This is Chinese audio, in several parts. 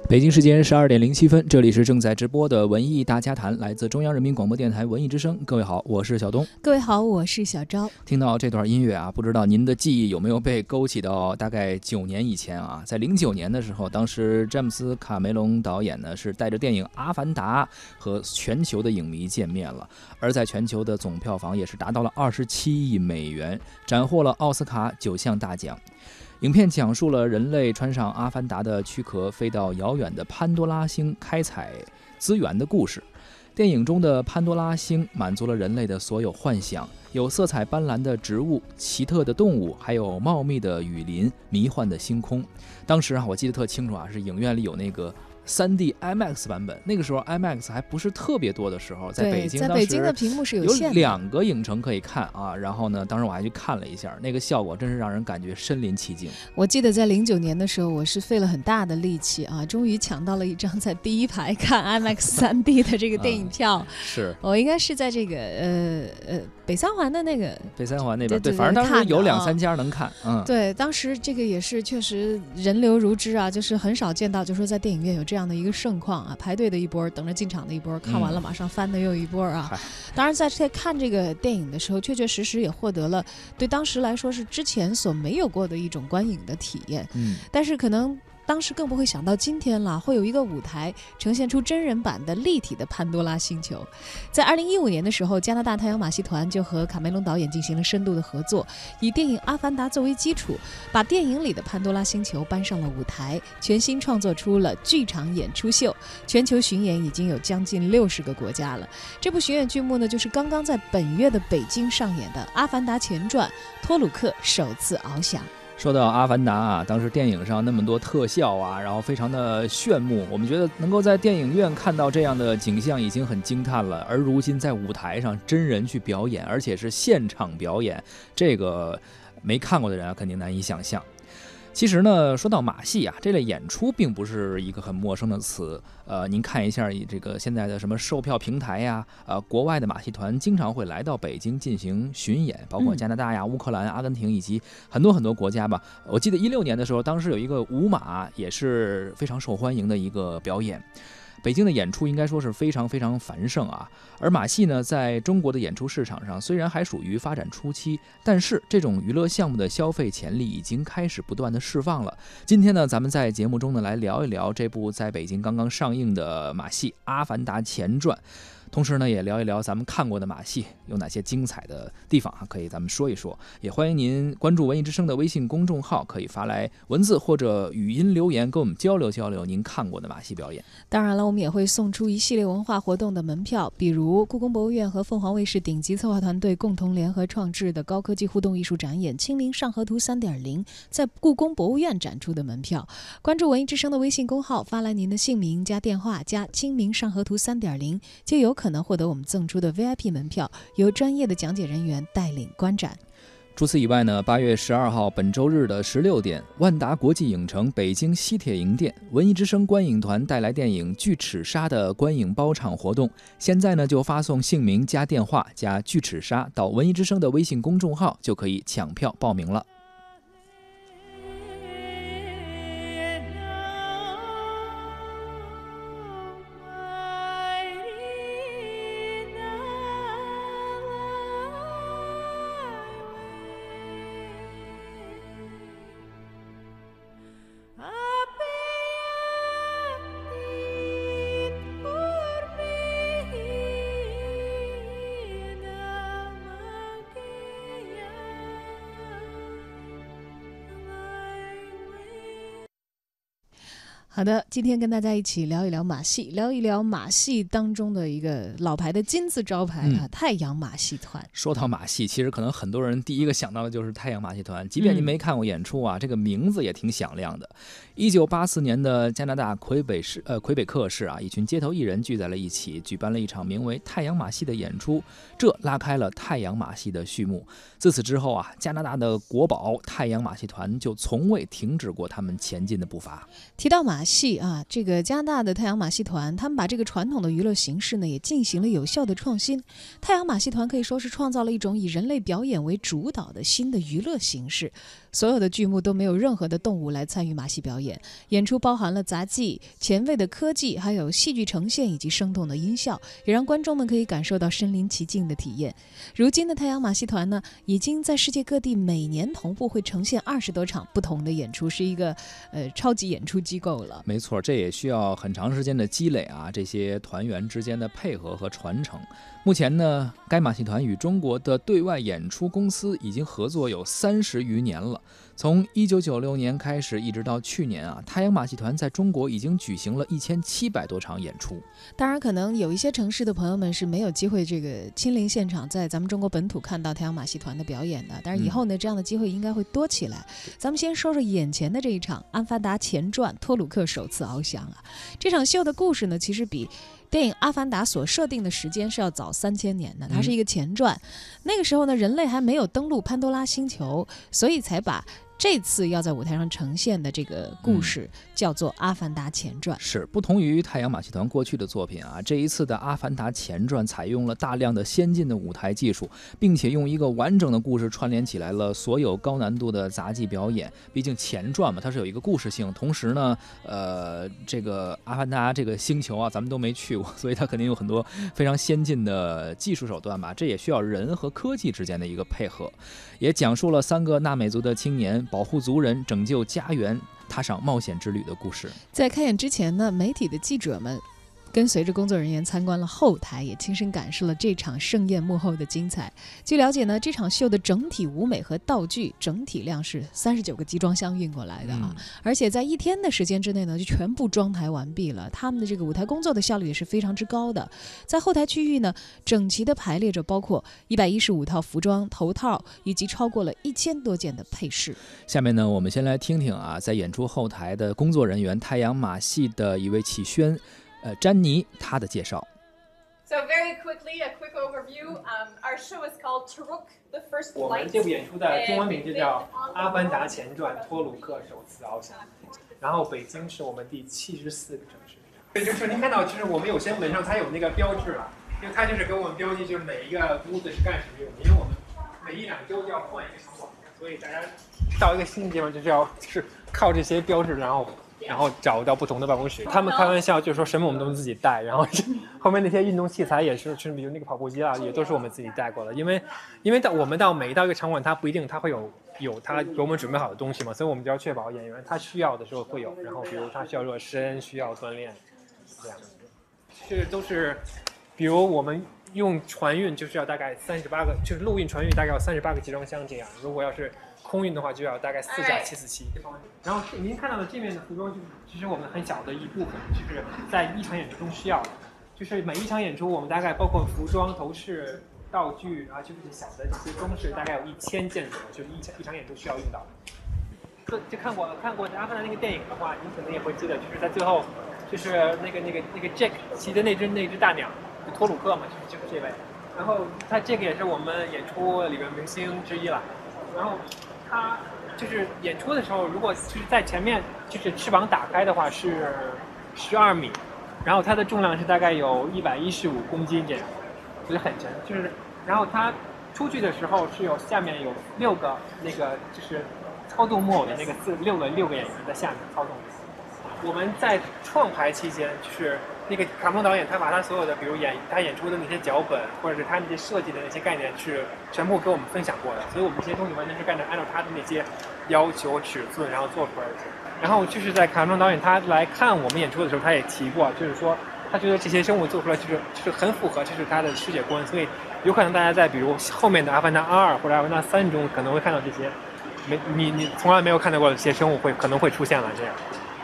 北京时间12:07，这里是正在直播的文艺大家谈，来自中央人民广播电台文艺之声。各位好，我是小东。 各位好，我是小昭。 听到这段音乐啊，不知道您的记忆有没有被勾起到大概9年以前啊？在09年的时候，当时詹姆斯·卡梅隆导演呢是带着电影《阿凡达》和全球的影迷见面了，而在全球的总票房也是达到了27亿美元，斩获了奥斯卡9项大奖。影片讲述了人类穿上阿凡达的躯壳，飞到遥远的潘多拉星开采资源的故事。电影中的潘多拉星满足了人类的所有幻想，有色彩斑斓的植物、奇特的动物，还有茂密的雨林、迷幻的星空。当时我记得特清楚是影院里有那个3D IMAX 版本，那个时候 IMAX 还不是特别多的时候，在北京的屏幕是有限的，有2个影城可以看啊。然后呢，当时我还去看了一下，那个效果真是让人感觉身临其境。 我记得在09年的时候，我是费了很大的力气啊，终于抢到了一张在第一排看 IMAX 3D 的这个电影票。 是我应该是在这个北三环的那个北三环那边，对，反正当时有2-3家能看。 对，当时这个也是确实人流如织啊，就是很少见到，就说在电影院有这样的一个盛况啊，排队的一波，等着进场的一波，看完了马上翻的又一波啊。当然在看这个电影的时候，确确实实也获得了对当时来说是之前所没有过的一种观影的体验。但是可能当时更不会想到今天了，会有一个舞台呈现出真人版的立体的潘多拉星球。在2015年的时候，加拿大太阳马戏团就和卡梅隆导演进行了深度的合作，以电影《阿凡达》作为基础，把电影里的潘多拉星球搬上了舞台，全新创作出了剧场演出秀。全球巡演已经有将近60个国家了。这部巡演剧目呢，就是刚刚在本月的北京上演的《阿凡达前传》，托鲁克首次翱翔。 说到阿凡达啊，当时电影上那么多特效啊，然后非常的炫目，我们觉得能够在电影院看到这样的景象已经很惊叹了。而如今在舞台上真人去表演，而且是现场表演，这个没看过的人肯定难以想象。其实呢，说到马戏啊，这类演出并不是一个很陌生的词。您看一下这个现在的什么售票平台呀，国外的马戏团经常会来到北京进行巡演，包括加拿大呀、乌克兰、阿根廷以及很多很多国家吧。我记得16年的时候，当时有一个舞马也是非常受欢迎的一个表演。北京的演出应该说是非常非常繁盛啊，而马戏呢，在中国的演出市场上虽然还属于发展初期，但是这种娱乐项目的消费潜力已经开始不断的释放了。今天呢，咱们在节目中呢来聊一聊这部在北京刚刚上映的马戏《阿凡达前传》。同时呢，也聊一聊咱们看过的马戏有哪些精彩的地方可以咱们说一说。也欢迎您关注文艺之声的微信公众号，可以发来文字或者语音留言跟我们交流交流您看过的马戏表演。 当然了，我们也会送出一系列文化活动的门票，比如故宫博物院和凤凰卫视顶级策划团队共同联合创制的高科技互动艺术展演《清明上河图 3.0》在故宫博物院展出的门票。关注文艺之声的微信公号，发来您的姓名加电话加《清明上河图 3.0》，就有可能获得我们赠出的 VIP 门票，由专业的讲解人员带领观展。 除此以外呢，8月12号本周日的16点，万达国际影城北京西铁营店文艺之声观影团带来电影《巨齿鲨》的观影包场活动。现在呢就发送姓名加电话加巨齿鲨到文艺之声的微信公众号，就可以抢票报名了。 好的，今天跟大家一起聊一聊马戏，聊一聊马戏当中的一个老牌的金字招牌太阳马戏团。 说到马戏，其实可能很多人第一个想到的就是太阳马戏团，即便您没看过演出这个名字也挺响亮的。1984年的加拿大魁北克市一群街头艺人聚在了一起，举办了一场名为太阳马戏的演出，这拉开了太阳马戏的序幕。自此之后加拿大的国宝太阳马戏团就从未停止过他们前进的步伐。 提到马马戏啊，这个加拿大的太阳马戏团，他们把这个传统的娱乐形式呢，也进行了有效的创新。太阳马戏团可以说是创造了一种以人类表演为主导的新的娱乐形式。所有的剧目都没有任何的动物来参与马戏表演，演出包含了杂技、前卫的科技，还有戏剧呈现以及生动的音效，也让观众们可以感受到身临其境的体验。如今的太阳马戏团呢，已经在世界各地每年同步会呈现20多场不同的演出，是一个超级演出机构了。 没错，这也需要很长时间的积累啊，这些团员之间的配合和传承。目前呢，该马戏团与中国的对外演出公司已经合作有30余年了。从1996年开始，一直到去年啊，太阳马戏团在中国已经举行了1700多场演出。 当然，可能有一些城市的朋友们是没有机会这个亲临现场，在咱们中国本土看到太阳马戏团的表演的。但是以后呢，这样的机会应该会多起来。咱们先说说眼前的这一场《阿凡达前传：托鲁克首次翱翔》啊，这场秀的故事呢，其实比电影《阿凡达》所设定的时间是要早3000年的，它是一个前传。那个时候呢，人类还没有登陆潘多拉星球，所以才把这次要在舞台上呈现的这个故事叫做《阿凡达前传》。 是不同于太阳马戏团过去的作品啊，这一次的《阿凡达前传》采用了大量的先进的舞台技术，并且用一个完整的故事串联起来了所有高难度的杂技表演。毕竟前传嘛，它是有一个故事性，同时呢，这个阿凡达这个星球啊，咱们都没去过，所以它肯定有很多非常先进的技术手段吧。这也需要人和科技之间的一个配合，也讲述了3个纳美族的青年保护族人、拯救家园、踏上冒险之旅的故事。 在开演之前呢，媒体的记者们跟随着工作人员参观了后台，也亲身感受了这场盛宴幕后的精彩。据了解呢，这场秀的整体舞美和道具整体量是39个集装箱运过来的啊，而且在1天的时间之内呢，就全部装台完毕了。他们的这个舞台工作的效率也是非常之高的。在后台区域呢，整齐地排列着包括115套服装、头套以及超过了1000多件的配饰。 下面呢，我们先来听听啊，在演出后台的工作人员太阳马戏的一位启轩。詹妮她的介绍。 So very quickly, a quick overview. Our show is called Turok: The First Flight. 我们这部演出的中文名就叫《阿凡达前传：托鲁克首次翱翔》，然后北京是我们第74个城市。对，就是您看到，就是我们有些门上它有那个标志了，因为它就是给我们标记，就是每一个屋子是干什么用的。因为我们每1-2周就要换一个场馆，所以大家到一个新的地方就是靠这些标志，然后找到不同的办公室。他们开玩笑就是说什么我们都是自己带，然后后面那些运动器材也是，比如那个跑步机啊，也都是我们自己带过的。因为我们每到一个场馆，它不一定它会有它给我们准备好的东西嘛，所以我们就要确保演员他需要的时候会有。然后比如他需要热身，需要锻炼，这样是都是，比如我们用船运就是要大概38个，就是陆运船运大概要38个集装箱这样。如果要是空运的话，就要大概4架747。然后您看到的这面的服装，就是其实我们很小的一部分，就是在一场演出中需要的。就是每一场演出，我们大概包括服装、头饰、道具啊，就是小的这些装饰，大概有1000件左右，就是一场演出需要用到的。就看过《阿凡达》那个电影的话，您可能也会记得，就是在最后，就是那个 Jack 骑的那只大鸟，就托鲁克嘛，就是这位。然后他这个也是我们演出里边明星之一了。然后他就是演出的时候，如果就是在前面就是翅膀打开的话是12米，然后它的重量是大概有115公斤这样，就是很沉。就是然后它出去的时候是下面有6个那个就是操纵木偶的那个6个演员在下面操纵。我们在创排期间，就是那个卡蒙导演，他把他所有的，比如他演出的那些脚本，或者是他那些设计的那些概念，是全部给我们分享过的。所以我们这些东西完全是按照他的那些要求、尺寸，然后做出来的。然后就是在卡蒙导演他来看我们演出的时候，他也提过，就是说他觉得这些生物做出来就是很符合就是他的世界观，所以有可能大家在比如后面的《阿凡达2》或者《阿凡达3》中可能会看到这些你从来没有看到过的这些生物可能会出现了这样。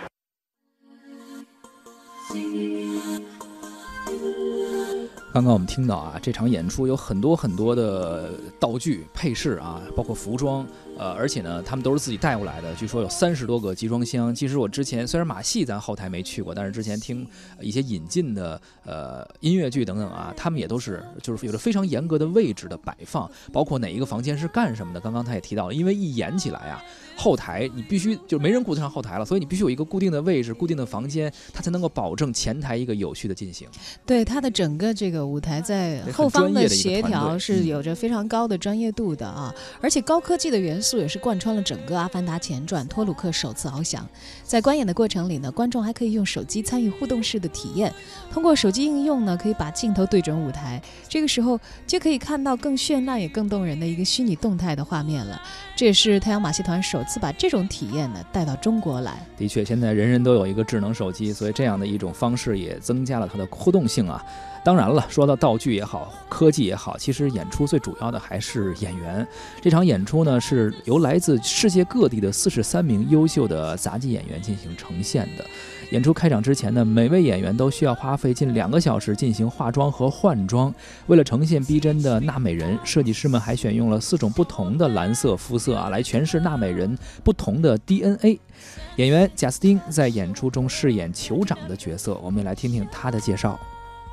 刚刚我们听到啊，这场演出有很多的道具配饰啊，包括服装， 而且呢，他们都是自己带过来的，据说有30多个集装箱。其实我之前虽然马戏咱后台没去过，但是之前听一些引进的音乐剧等等啊，他们也都是就是有着非常严格的位置的摆放，包括哪一个房间是干什么的。刚刚他也提到了，因为一演起来啊，后台你必须就没人顾得上后台了，所以你必须有一个固定的位置、固定的房间，它才能够保证前台一个有序的进行。 对，它的整个这个舞台在后方的协调是有着非常高的专业度的啊，而且高科技的元素也是贯穿了整个《阿凡达前传》托鲁克首次翱翔。在观演的过程里呢，观众还可以用手机参与互动式的体验，通过手机应用呢，可以把镜头对准舞台，这个时候就可以看到更绚烂也更动人的一个虚拟动态的画面了。这也是太阳马戏团首次把这种体验呢带到中国来。 的确，现在人人都有一个智能手机，所以这样的一种方式也增加了它的互动性啊。当然了，说到道具也好，科技也好，其实演出最主要的还是演员。这场演出呢，是由来自世界各地的43名优秀的杂技演员进行呈现的。演出开场之前呢，每位演员都需要花费近2个小时进行化妆和换装。为了呈现逼真的纳美人，设计师们还选用了4种不同的蓝色肤色啊，来诠释纳美人不同的 DNA。演员贾斯汀在演出中饰演酋长的角色，我们也来听听他的介绍。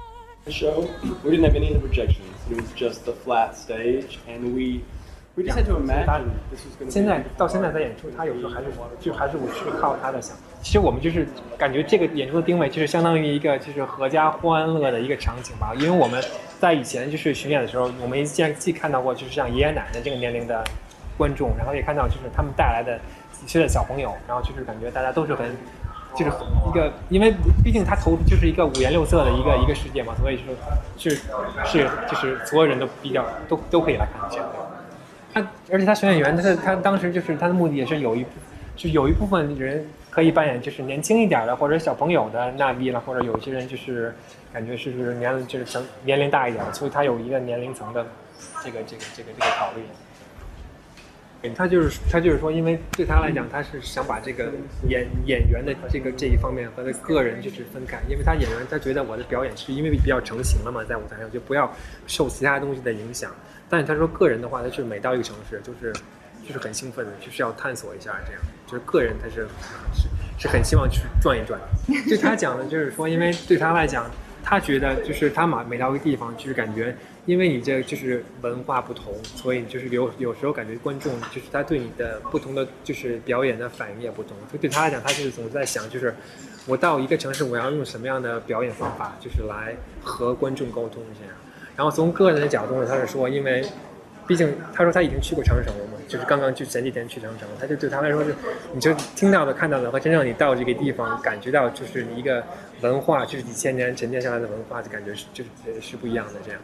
Show, we didn't have any of the projections. It was just the flat stage, and we just had to imagine this was going to be. 现在在演出，他有时候还是我是靠他的想。其实我们就是感觉这个演出的定位就是相当于一个就是合家欢乐的一个场景吧。因为我们在以前就是巡演的时候，我们既看到过就是像爷爷奶奶这个年龄的观众，然后也看到就是他们带来的几岁的小朋友，然后就是感觉大家都是很。就是一个，因为毕竟它投就是一个5颜6色的一个世界嘛，所以就是所有人都比较都可以来看一下。而且他选演员，他当时就是他的目的也是有一部分人可以扮演就是年轻一点的或者小朋友的纳比了，或者有些人就是感觉是年龄大一点的，所以他有一个年龄层的这个考虑。他就是说，因为对他来讲，他是想把这个演员的这一方面和他个人就是分开，因为他演员他觉得我的表演是因为比较成型了嘛，在舞台上就不要受其他东西的影响。但是他说个人的话，他是每到一个城市就是很兴奋的，就是要探索一下这样。就是个人他是很希望去转一转。就他讲的就是说，因为对他来讲，他觉得就是他每到一个地方，就是感觉。因为你这就是文化不同，所以就是有时候感觉观众就是他对你的不同的就是表演的反应也不同，所以对他来讲，他就是总是在想，就是我到一个城市，我要用什么样的表演方法，就是来和观众沟通这样。然后从个人的角度呢，他是说，因为毕竟他说他已经去过长城了嘛，就是刚刚前几天去长城，他就对他来说是，你就听到的、看到的和真正你到这个地方感觉到，就是一个文化，就是几千年沉淀下来的文化的感觉是不一样的这样。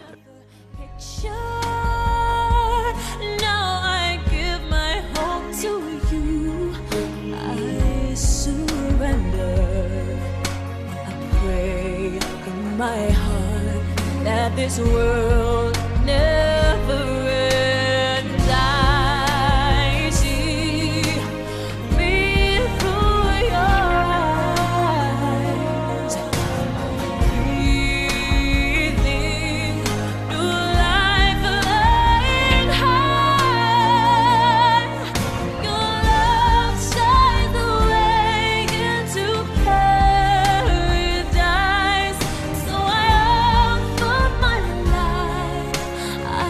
Sure, now I give my hope to you. I surrender. I pray in my heart that this world never ends. I see me through your eyes, breathing new life flying high. Your love shines the way into paradise. So I offer my life. I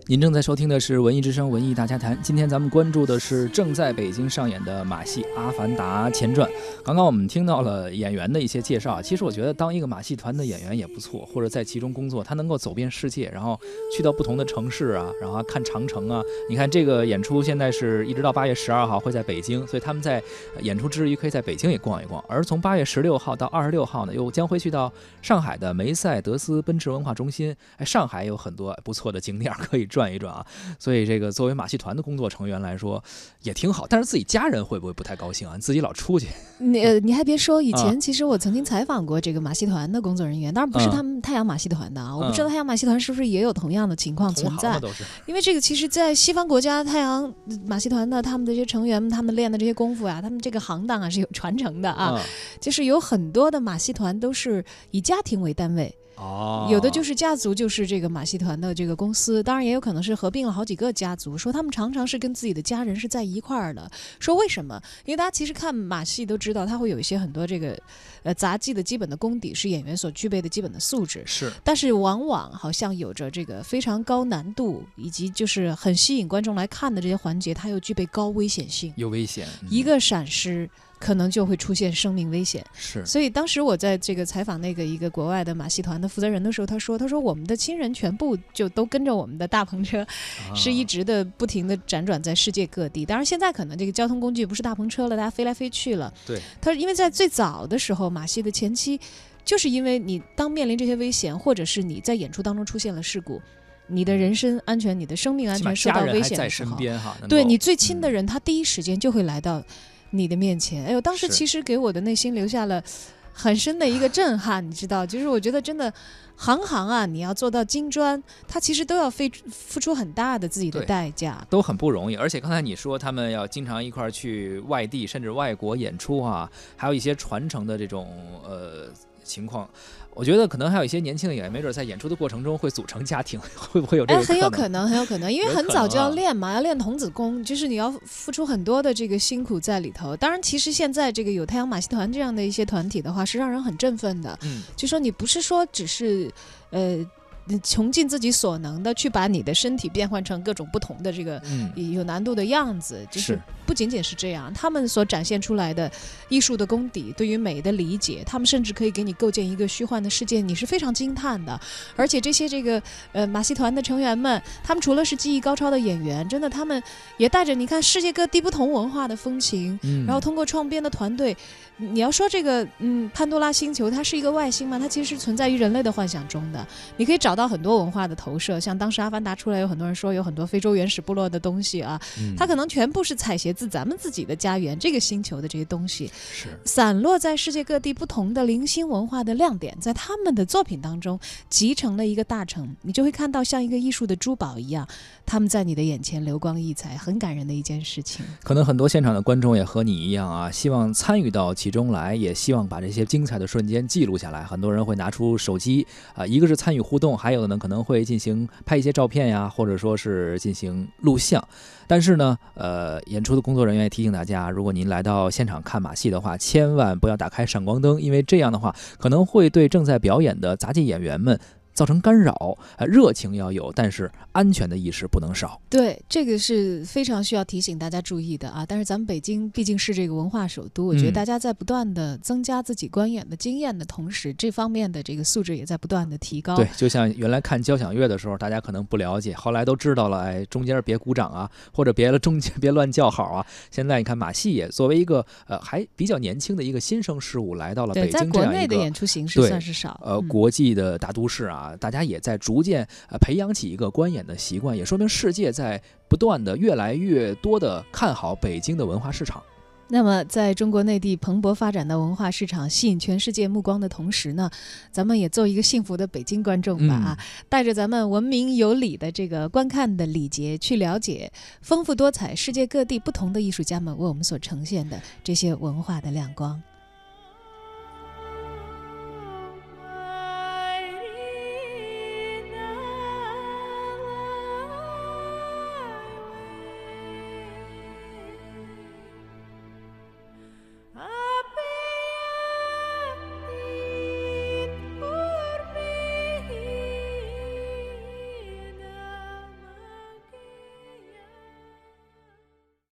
您正在收听的是文艺之声文艺大家谈，今天咱们关注的是正在北京上演的马戏《阿凡达前传》。刚刚我们听到了演员的一些介绍，其实我觉得当一个马戏团的演员也不错，或者在其中工作，他能够走遍世界，然后去到不同的城市啊，然后看长城啊。你看这个演出现在是一直到8月12号会在北京，所以他们在演出之余可以在北京也逛一逛。而从8月16号到26号呢，又将会去到上海的梅赛德斯奔驰文化中心。上海有很多不错的景点可以转一转啊，所以这个作为马戏团的工作成员来说也挺好。但是自己家人会不会不太高兴啊？自己老出去。 你还别说，以前其实我曾经采访过这个马戏团的工作人员，当然不是他们太阳马戏团的啊，我不知道太阳马戏团是不是也有同样的情况存在。因为这个其实在西方国家，太阳马戏团的他们的这些成员们，他们练的这些功夫啊，他们这个行当啊是有传承的啊，就是有很多的马戏团都是以家庭为单位。有的就是家族，就是这个马戏团的这个公司，当然也有可能是合并了好几个家族，说他们常常是跟自己的家人是在一块儿的。说为什么？因为大家其实看马戏都知道，它会有一些很多这个杂技的基本的功底是演员所具备的基本的素质， 是， 但是往往好像有着这个非常高难度以及就是很吸引观众来看的这些环节，它又具备高危险性， 有危险， 一个闪失可能就会出现生命危险。 是， 所以当时我在这个采访一个国外的马戏团的负责人的时候，他说我们的亲人全部就都跟着我们的大篷车，是一直的不停的辗转在世界各地。当然现在可能这个交通工具不是大篷车了，大家飞来飞去了。 对， 他因为在最早的时候，马戏的前期，就是因为你当面临这些危险，或者是你在演出当中出现了事故，你的人身安全、你的生命安全受到危险的时候，对你最亲的人，他第一时间就会来到你的面前。哎呦，当时其实给我的内心留下了很深的一个震撼，你知道，就是我觉得真的行啊，你要做到金砖，它其实都要付出很大的自己的代价， 都很不容易。而且刚才你说他们要经常一块去外地甚至外国演出啊，还有一些传承的这种情况。我觉得可能还有一些年轻的演员，没准在演出的过程中会组成家庭，会不会有这个可能？ 很有可能，很有可能，因为很早就要练嘛，要练童子功，就是你要付出很多的这个辛苦在里头。当然，其实现在这个有太阳马戏团这样的一些团体的话，是让人很振奋的。就说你不是说只是穷尽自己所能的去把你的身体变换成各种不同的这个有难度的样子，就是不仅仅是这样，他们所展现出来的艺术的功底，对于美的理解，他们甚至可以给你构建一个虚幻的世界，你是非常惊叹的。而且这些这个马戏团的成员们，他们除了是技艺高超的演员，真的他们也带着你看世界各地不同文化的风情，然后通过创编的团队，你要说这个潘多拉星球它是一个外星吗？它其实是存在于人类的幻想中的，你可以找到很多文化的投射，像当时阿凡达出来，有很多人说有很多非洲原始部落的东西啊，它可能全部是采撷自咱们自己的家园这个星球的这些东西， 是散落在世界各地不同的零星文化的亮点，在他们的作品当中集成了一个大成，你就会看到像一个艺术的珠宝一样，他们在你的眼前流光溢彩，很感人的一件事情。 可能很多现场的观众也和你一样啊，希望参与到其中来，也希望把这些精彩的瞬间记录下来。很多人会拿出手机一个是参与互动，还有的呢可能会进行拍一些照片呀，或者说是进行录像。但是呢演出的工作人员也提醒大家，如果您来到现场看马戏的话，千万不要打开闪光灯，因为这样的话可能会对正在表演的杂技演员们造成干扰。热情要有，但是安全的意识不能少。 对，这个是非常需要提醒大家注意的啊。但是咱们北京毕竟是这个文化首都，我觉得大家在不断的增加自己观演的经验的同时，这方面的这个素质也在不断的提高。 对，就像原来看交响乐的时候，大家可能不了解，后来都知道了，哎，中间别鼓掌啊，或者中间别乱叫好啊。现在你看马戏也作为一个还比较年轻的一个新生事物，来到了北京这样一个在国内的演出形式算是少， 国际的大都市啊，大家也在逐渐培养起一个观演的习惯，也说明世界在不断的越来越多的看好北京的文化市场。 那么在中国内地蓬勃发展的文化市场吸引全世界目光的同时呢，咱们也做一个幸福的北京观众吧带着咱们文明有礼的这个观看的礼节，去了解丰富多彩世界各地不同的艺术家们为我们所呈现的这些文化的亮光。